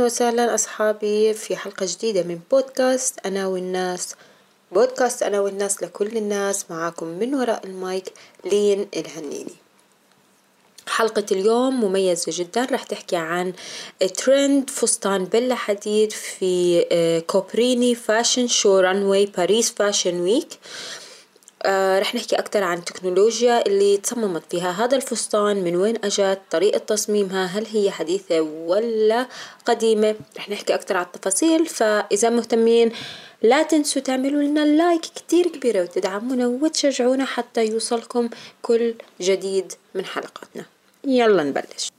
وسهلا أصحابي في حلقة جديدة من بودكاست أنا والناس. بودكاست أنا والناس لكل الناس، معاكم من وراء المايك لين الهنيني. حلقة اليوم مميزة جدا، رح تحكي عن ترند فستان بيلا حديد في كوبريني فاشن شو رانواي باريس فاشن ويك. رح نحكي أكتر عن التكنولوجيا اللي تصممت فيها هذا الفستان، من وين أجت، طريقة تصميمها، هل هي حديثة ولا قديمة. رح نحكي أكتر عن التفاصيل، فإذا مهتمين لا تنسوا تعملوا لنا لايك كتير كبيرة وتدعمونا وتشجعونا حتى يوصلكم كل جديد من حلقاتنا. يلا نبلش.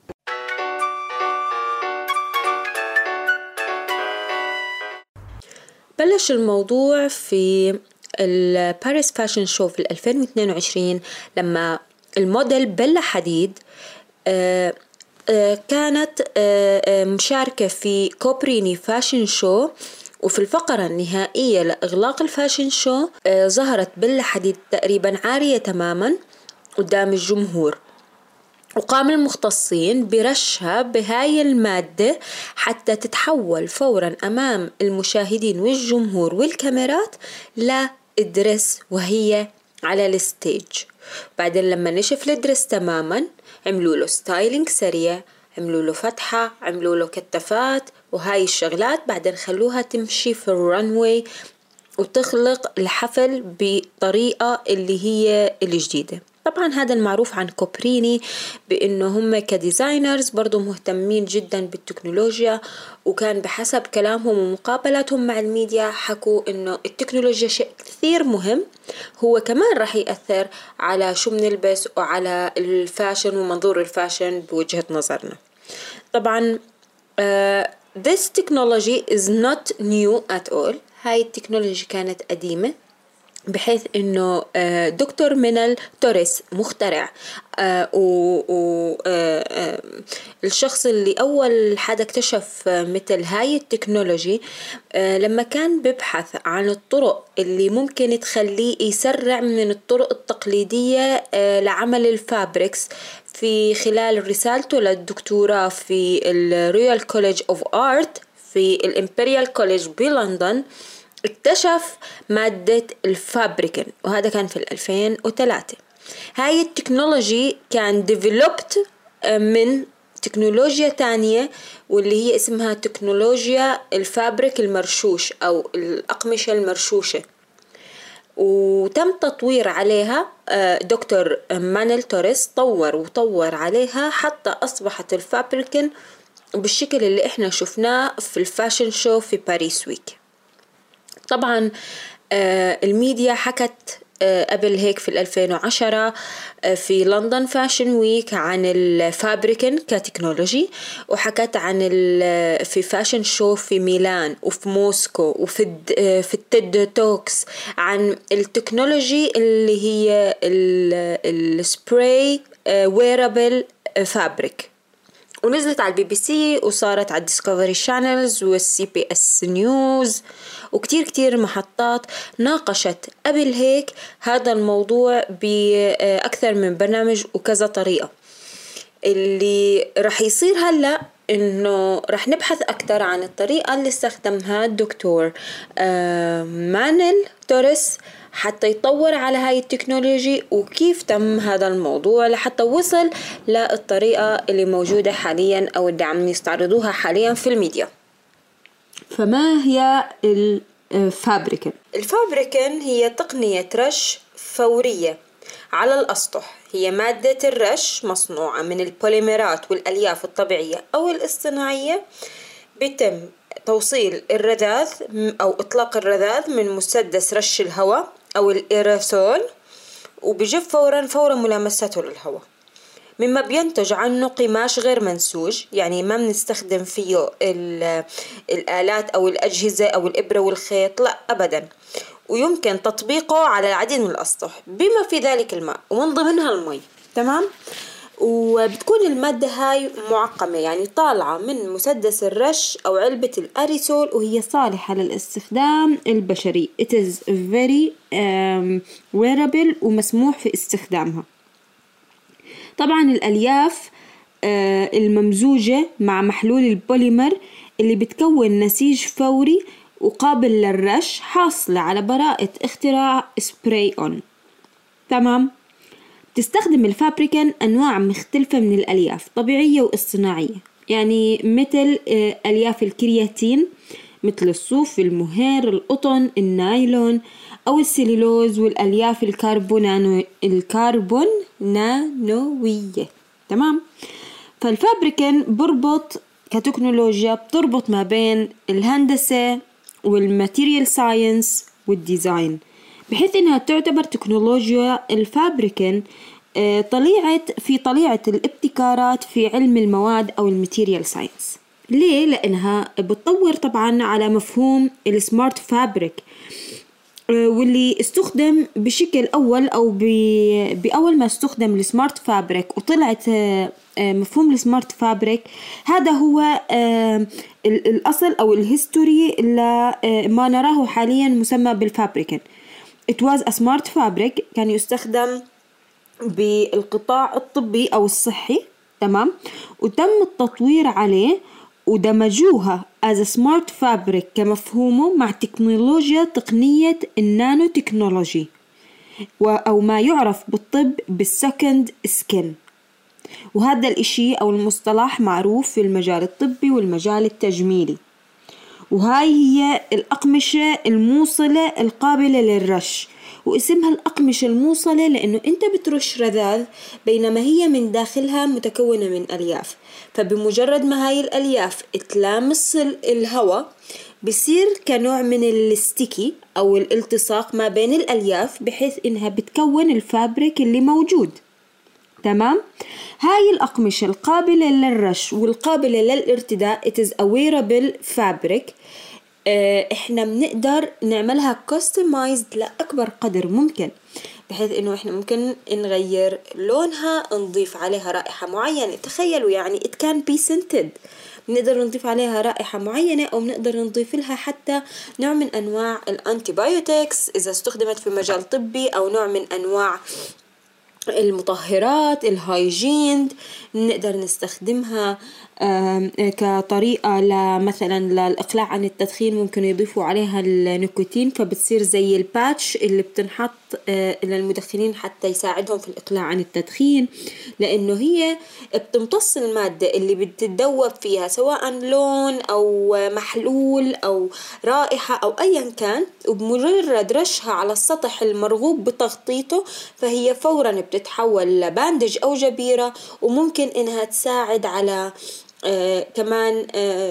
بلش الموضوع في الباريس فاشن شو في 2022 لما الموديل بيلا حديد كانت مشاركة في كوبريني فاشن شو، وفي الفقرة النهائية لإغلاق الفاشن شو ظهرت بيلا حديد تقريبا عارية تماما قدام الجمهور، وقام المختصين برشها بهاي المادة حتى تتحول فورا أمام المشاهدين والجمهور والكاميرات للدرس وهي على الستيج. بعدين لما نشف الدرس تماما عملوا له ستايلينج سريع، عملوا له فتحة، عملوا له كتفات وهاي الشغلات، بعدين خلوها تمشي في الرانواي وتخلق الحفل بطريقة اللي هي الجديدة. طبعا هذا المعروف عن كوبريني بأنه هم كديزاينرز برضو مهتمين جدا بالتكنولوجيا، وكان بحسب كلامهم ومقابلاتهم مع الميديا حكوا أنه التكنولوجيا شيء كثير مهم، هو كمان رح يأثر على شو بنلبس وعلى الفاشن ومنظور الفاشن بوجهة نظرنا. طبعا this technology is not new at all. هاي التكنولوجيا كانت قديمة، بحيث انه دكتور مينال توريس مخترع الشخص اللي اول حدا اكتشف مثل هاي التكنولوجي، لما كان ببحث عن الطرق اللي ممكن تخليه يسرع من الطرق التقليدية لعمل الفابريكس، في خلال رسالته للدكتوراه في الرويال كوليج اوف آرت في الإمبريال كوليج بلندن، اكتشف مادة الفابريكن، وهذا كان في 2003. هاي التكنولوجي كان ديفلوبت من تكنولوجيا تانية واللي هي اسمها تكنولوجيا الفابريك المرشوش أو الأقمشة المرشوشة، وتم تطوير عليها دكتور مانيل توريس طور عليها حتى أصبحت الفابريكن بالشكل اللي احنا شفناه في الفاشن شو في باريس ويك. طبعا الميديا حكت قبل هيك في 2010 في لندن فاشن ويك عن الفابريكن كتكنولوجي، وحكت عن في فاشن شو في ميلان وفي موسكو وفي التيد توكس عن التكنولوجي اللي هي السبراي ويرابل فابريك، ونزلت على البي بي سي وصارت على الديسكفري شانلز والسي بي اس نيوز، وكتير محطات ناقشت قبل هيك هذا الموضوع بأكثر من برنامج وكذا طريقة. اللي رح يصير هلأ إنه رح نبحث أكتر عن الطريقة اللي استخدمها الدكتور مانيل توريس حتى يطور على هاي التكنولوجي، وكيف تم هذا الموضوع لحتى وصل للطريقة اللي موجودة حاليا أو اللي عم يستعرضوها حاليا في الميديا. فما هي الفابريكن؟ الفابريكن هي تقنية رش فورية على الأسطح، هي مادة الرش مصنوعة من البوليمرات والألياف الطبيعية أو الاصطناعية، بيتم توصيل الرذاذ أو إطلاق الرذاذ من مسدس رش الهواء أو الإيراسول، وبيجف فورا ملامسته للهواء، مما بينتج عنه قماش غير منسوج، يعني ما بنستخدم فيه الآلات أو الأجهزة أو الإبرة والخيط، لا أبدا، ويمكن تطبيقه على العديد من الأسطح بما في ذلك الماء ومن ضمنها المي. تمام. وبتكون المادة هاي معقمة، يعني طالعة من مسدس الرش أو علبة الأريسول، وهي صالحة للاستخدام البشري. It is very wearable ومسموح في استخدامها. طبعا الألياف الممزوجة مع محلول البوليمر اللي بتكون نسيج فوري وقابل للرش حاصلة على براءة اختراع سبراي أون. تمام. تستخدم الفابريكان أنواع مختلفة من الألياف طبيعية واصطناعية، يعني مثل ألياف الكرياتين مثل الصوف، المهير، القطن، النايلون أو السليلوز، والألياف الكربون نانوية. تمام. فالفابريكان بربط كتكنولوجيا بتربط ما بين الهندسة والماتيريال ساينس والديزاين، بحيث إنها تعتبر تكنولوجيا الفابريكان طليعة الابتكارات في علم المواد أو الماتيريال ساينس. ليه؟ لأنها بتطور طبعا على مفهوم السمارت فابريك، واللي استخدم بشكل أول أو بأول ما استخدم السمارت فابريك وطلعت مفهوم السمارت فابريك، هذا هو الأصل أو الهيستوري لما نراه حاليا مسمى بالفابريكان. It was a smart fabric، كان يستخدم بالقطاع الطبي أو الصحي. تمام. وتم التطوير عليه ودمجوها as a smart fabric كمفهومه مع تقنية النانو تكنولوجي، أو ما يعرف بالطب بالسكند سكين. وهذا الإشي أو المصطلح معروف في المجال الطبي والمجال التجميلي. وهاي هي الأقمشة الموصلة القابلة للرش، واسمها الأقمشة الموصلة لأنه أنت بترش رذاذ بينما هي من داخلها متكونة من ألياف، فبمجرد ما هاي الألياف تلامس الهواء بصير كنوع من الستيكي أو الالتصاق ما بين الألياف، بحيث إنها بتكون الفابريك اللي موجود. تمام. هاي الأقمشة القابلة للرش والقابلة للارتداء it is a wearable fabric. احنا بنقدر نعملها customized لأكبر قدر ممكن، بحيث انه احنا ممكن نغير لونها، نضيف عليها رائحة معينة. تخيلوا يعني it can be scented، بنقدر نضيف عليها رائحة معينة، أو بنقدر نضيف لها حتى نوع من أنواع الأنتيبيوتكس إذا استخدمت في مجال طبي، أو نوع من أنواع المطهرات الهايجين نقدر نستخدمها كطريقة مثلا للإقلاع عن التدخين. ممكن يضيفوا عليها النيكوتين فبتصير زي الباتش اللي بتنحط للمدخنين حتى يساعدهم في الإقلاع عن التدخين، لأنه هي بتمتص المادة اللي بتتذوب فيها سواء لون أو محلول أو رائحة أو أيا كان، وبمجرد رشها على السطح المرغوب بتغطيته فهي فورا بتتحول لباندج أو جبيرة، وممكن إنها تساعد على كمان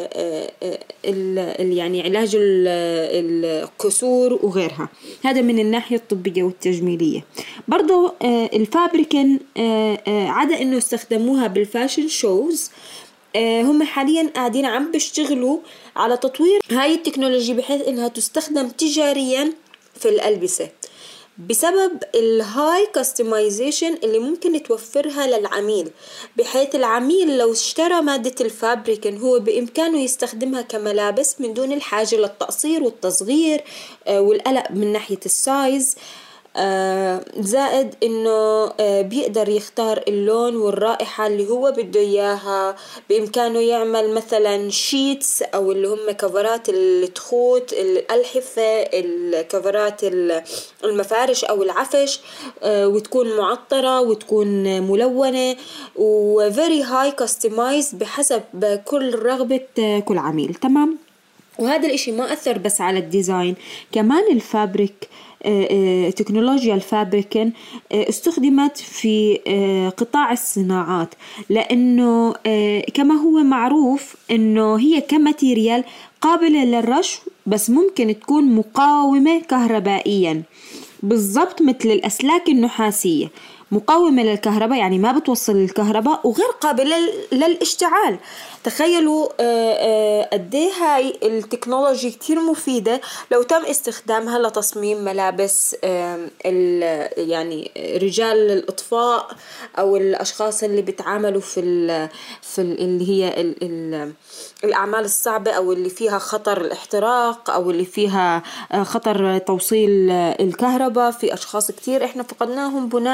يعني علاج الكسور وغيرها. هذا من الناحية الطبية والتجميلية. برضو الفابريكان عدا إنه استخدموها بالفاشن شوز، هم حاليا قاعدين عم بيشتغلوا على تطوير هاي التكنولوجيا بحيث إنها تستخدم تجاريا في الألبسة، بسبب الهاي كاستمايزيشن اللي ممكن توفرها للعميل، بحيث العميل لو اشترى مادة الفابريكان هو بإمكانه يستخدمها كملابس من دون الحاجة للتقصير والتصغير والقلق من ناحية السايز. زائد إنه بيقدر يختار اللون والرائحة اللي هو بده إياها. بإمكانه يعمل مثلا شيتس أو اللي هم كفرات التخوت، الألحفة، الكفرات المفارش أو العفش، وتكون معطرة وتكون ملونة و very high customized بحسب كل رغبة كل عميل. تمام. وهذا الاشي ما أثر بس على الديزاين، كمان الفابريك تكنولوجيا الفابريكان استخدمت في قطاع الصناعات، لأنه كما هو معروف أنه هي كماتيريال قابلة للرش بس ممكن تكون مقاومة كهربائيا، بالضبط مثل الأسلاك النحاسية، مقاومة للكهرباء يعني ما بتوصل الكهرباء، وغير قابلة للاشتعال. تخيلوا قديه هاي التكنولوجيا كتير مفيدة لو تم استخدامها لتصميم ملابس يعني رجال الإطفاء أو الأشخاص اللي بيتعاملوا في اللي هي الأعمال الصعبة أو اللي فيها خطر الاحتراق أو اللي فيها خطر توصيل الكهرباء. في أشخاص كتير إحنا فقدناهم بناء على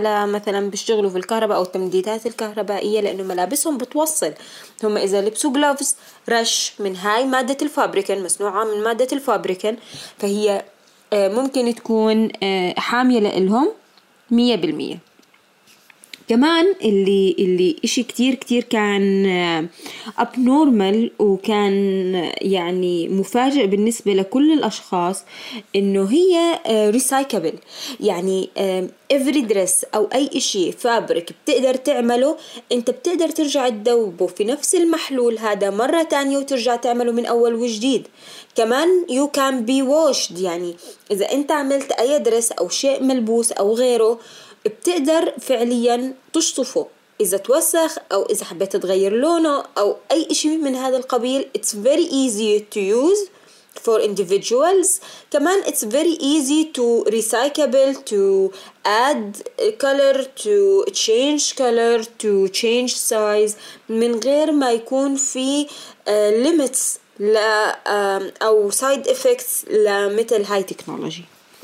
مثلا بيشتغلوا في الكهرباء أو التمديدات الكهربائية، لأنه ملابسهم بتوصل. هم إذا لبسوا جلوفز رش من هاي مادة الفابريكن، مصنوعة من مادة الفابريكن، فهي ممكن تكون حامية لإلهم 100%. كمان اللي إشي كتير كان abnormal وكان يعني مفاجئ بالنسبة لكل الأشخاص، إنه هي recyclable. يعني every dress أو أي إشي فابريك بتقدر تعمله، أنت بتقدر ترجع تذوبه في نفس المحلول هذا مرة تانية وترجع تعمله من أول وجديد. كمان you can be washed، يعني إذا أنت عملت أي درس أو شيء ملبوس أو غيره بتقدر فعليا تشطفه إذا توسخ أو إذا حبيت تغير لونه أو أي إشي من هذا القبيل. It's very easy to use for individuals. كمان it's very easy to recyclable, to add color, to change color, to change size من غير ما يكون في limits أو side effects لمثل هاي تكنولوجي.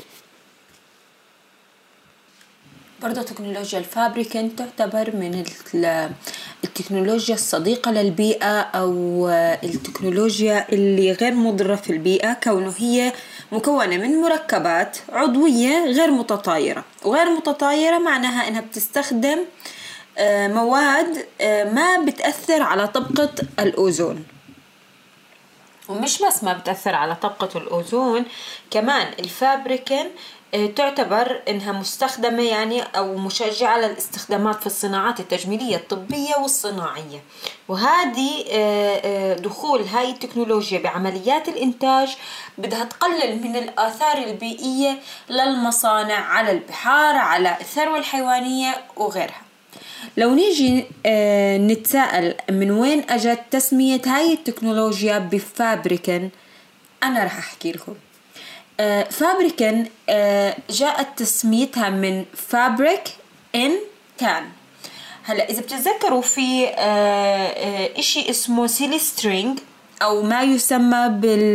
برضو تكنولوجيا الفابريكن تعتبر من التكنولوجيا الصديقة للبيئة أو التكنولوجيا اللي غير مضرة في البيئة، كونه هي مكونة من مركبات عضوية غير متطايرة. وغير متطايرة معناها إنها بتستخدم مواد ما بتأثر على طبقة الأوزون. ومش بس ما بتأثر على طبقة الأوزون، كمان الفابريكن تعتبر إنها مستخدمة يعني أو مشجعة للاستخدامات في الصناعات التجميلية الطبية والصناعية. وهذه دخول هاي التكنولوجيا بعمليات الإنتاج بدها تقلل من الآثار البيئية للمصانع على البحار، على الثروة الحيوانية وغيرها. لو نيجي نتساءل من وين أجت تسمية هاي التكنولوجيا بفابريكن، أنا رح أحكي لكم. فابريكن جاءت تسميتها من فابريك إن كان. هلا إذا بتتذكروا في إشي اسمه سيليسترينج أو ما يسمى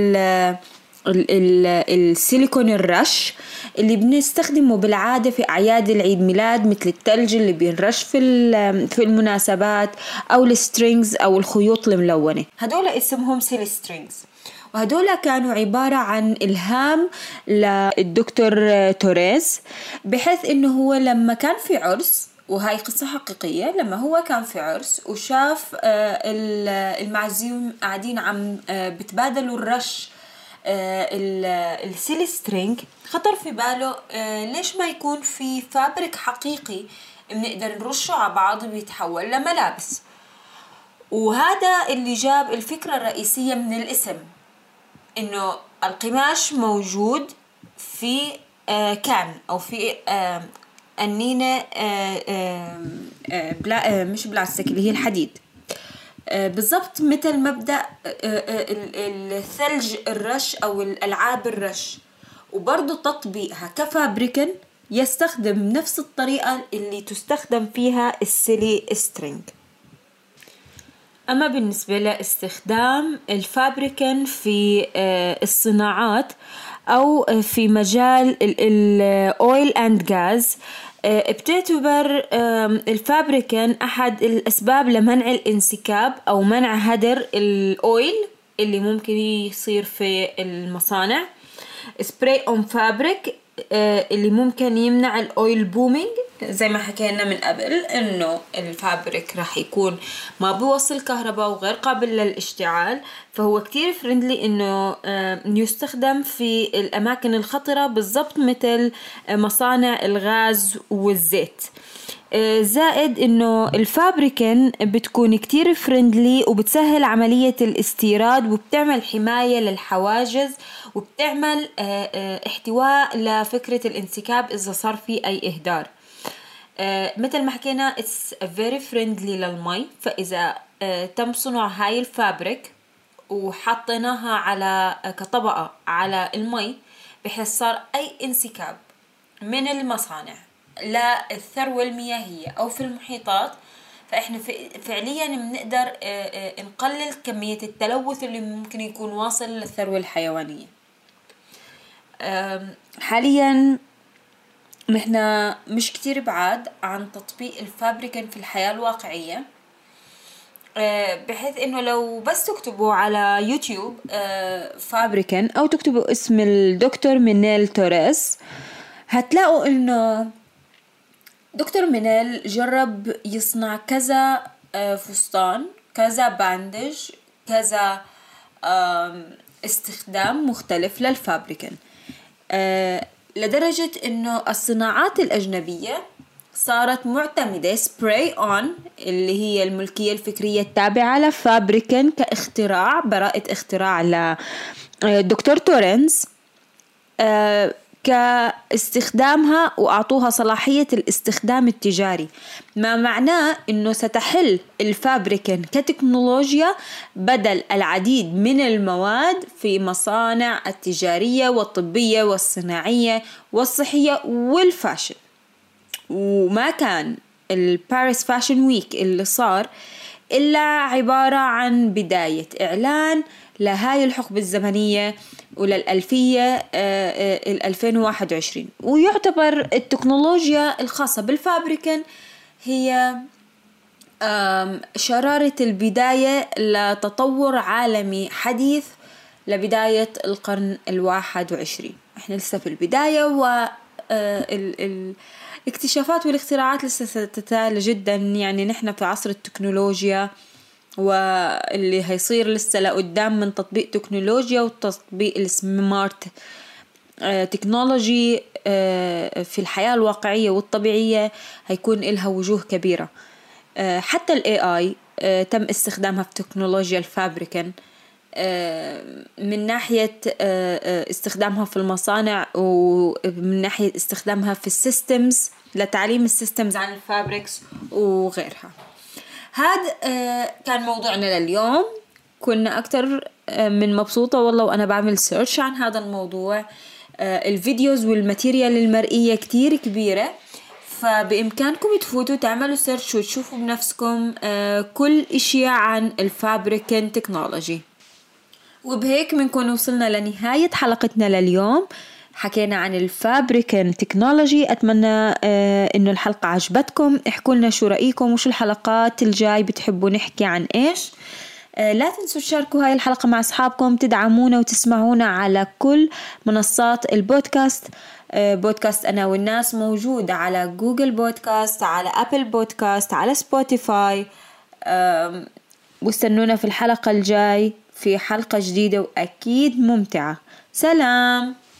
السيليكون الرش اللي بنستخدمه بالعادة في أعياد العيد ميلاد، مثل التلج اللي بينرش في المناسبات، أو السترينجز أو الخيوط الملونة. هدول اسمهم سيليسترينجز، وهدول كانوا عبارة عن إلهام للدكتور توريز، بحيث إنه هو لما كان في عرس، وهاي قصة حقيقية، لما هو كان في عرس وشاف المعزوم قاعدين عم بتبادلوا الرش السيليسترينج، خطر في باله ليش ما يكون في فابريك حقيقي بنقدر نرشه على بعض ويتحول لملابس. وهذا اللي جاب الفكرة الرئيسية من الاسم، إنه القماش موجود في كان أو في أنينة مش بلاستيك اللي هي الحديد، بالضبط مثل مبدأ الثلج الرش أو الألعاب الرش. وبرضو تطبيقها كفابريكن يستخدم نفس الطريقة اللي تستخدم فيها السيلي سترينج. أما بالنسبة لاستخدام الفابريكن في الصناعات أو في مجال الأويل أند غاز، بتعتبر الفابريكن أحد الأسباب لمنع الانسكاب أو منع هدر الأويل اللي ممكن يصير في المصانع. سبراي أون فابريك اللي ممكن يمنع الأويل بومينج، زي ما حكينا من قبل إنه الفابريك راح يكون ما بيوصل كهرباء وغير قابل للاشتعال، فهو كتير فريندلي إنه يستخدم في الأماكن الخطرة، بالضبط مثل مصانع الغاز والزيت. زائد إنه الفابريكن بتكون كتير فريندلي وبتسهل عملية الاستيراد، وبتعمل حماية للحواجز، وبتعمل احتواء لفكرة الانسكاب إذا صار في أي إهدار. مثل ما حكينا it's very friendly للمي، فإذا تم صنع هاي الفابريك وحطيناها على كطبقة على المي، بحيث صار أي انسكاب من المصانع للثروة المياهية أو في المحيطات، فإحنا فعليا بنقدر نقلل كمية التلوث اللي ممكن يكون واصل للثروة الحيوانية. حاليا نحنا مش كتير بعاد عن تطبيق الفابريكان في الحياة الواقعية، بحيث انه لو بس تكتبوا على يوتيوب فابريكان او تكتبوا اسم الدكتور مينيل توريس، هتلاقوا انه دكتور مينيل جرب يصنع كذا فستان، كذا باندج، كذا استخدام مختلف للفابريكان، لدرجة انه الصناعات الاجنبية صارت معتمدة سبراي اون اللي هي الملكية الفكرية التابعة لفابريكان كاختراع، براءة اختراع لدكتور تورنس، كاستخدامها وأعطوها صلاحية الاستخدام التجاري، ما معناه أنه ستحل الفابريكان كتكنولوجيا بدل العديد من المواد في مصانع التجارية والطبية والصناعية والصحية والفاشن. وما كان الباريس فاشن ويك اللي صار إلا عبارة عن بداية إعلان لهاي الحقبة الزمنية وللألفية 2021. ويعتبر التكنولوجيا الخاصة بالفابريكان هي شرارة البداية لتطور عالمي حديث لبداية القرن 21. احنا لسه في البداية، الاكتشافات والاختراعات لسه ستتالى جدا. يعني نحن في عصر التكنولوجيا، واللي هيصير لسه لقدام من تطبيق تكنولوجيا وتطبيق السمارت تكنولوجي في الحياة الواقعية والطبيعية هيكون إلها وجوه كبيرة. حتى ال AI تم استخدامها في تكنولوجيا الفابريكان من ناحية استخدامها في المصانع، ومن ناحية استخدامها في السيستمز لتعليم السيستمز عن الفابريكس وغيرها. هذا كان موضوعنا لليوم. كنا أكتر من مبسوطة والله وأنا بعمل سيرش عن هذا الموضوع. الفيديوز والماتيريال المرئية كتير كبيرة، فبإمكانكم تفوتوا تعملوا سيرش وتشوفوا بنفسكم كل إشي عن الفابريكان تكنولوجي. وبهيك بنكون وصلنا لنهاية حلقتنا لليوم. حكينا عن الفابريكان تكنولوجي. أتمنى إنه الحلقة عجبتكم. احكوا لنا شو رأيكم وشو الحلقات الجاي بتحبوا نحكي عن إيش. لا تنسوا تشاركوا هاي الحلقة مع أصحابكم، تدعمونا وتسمعونا على كل منصات البودكاست. بودكاست أنا والناس موجود على جوجل بودكاست، على أبل بودكاست، على سبوتيفاي. واستنونا في الحلقة الجاي في حلقة جديدة وأكيد ممتعة. سلام.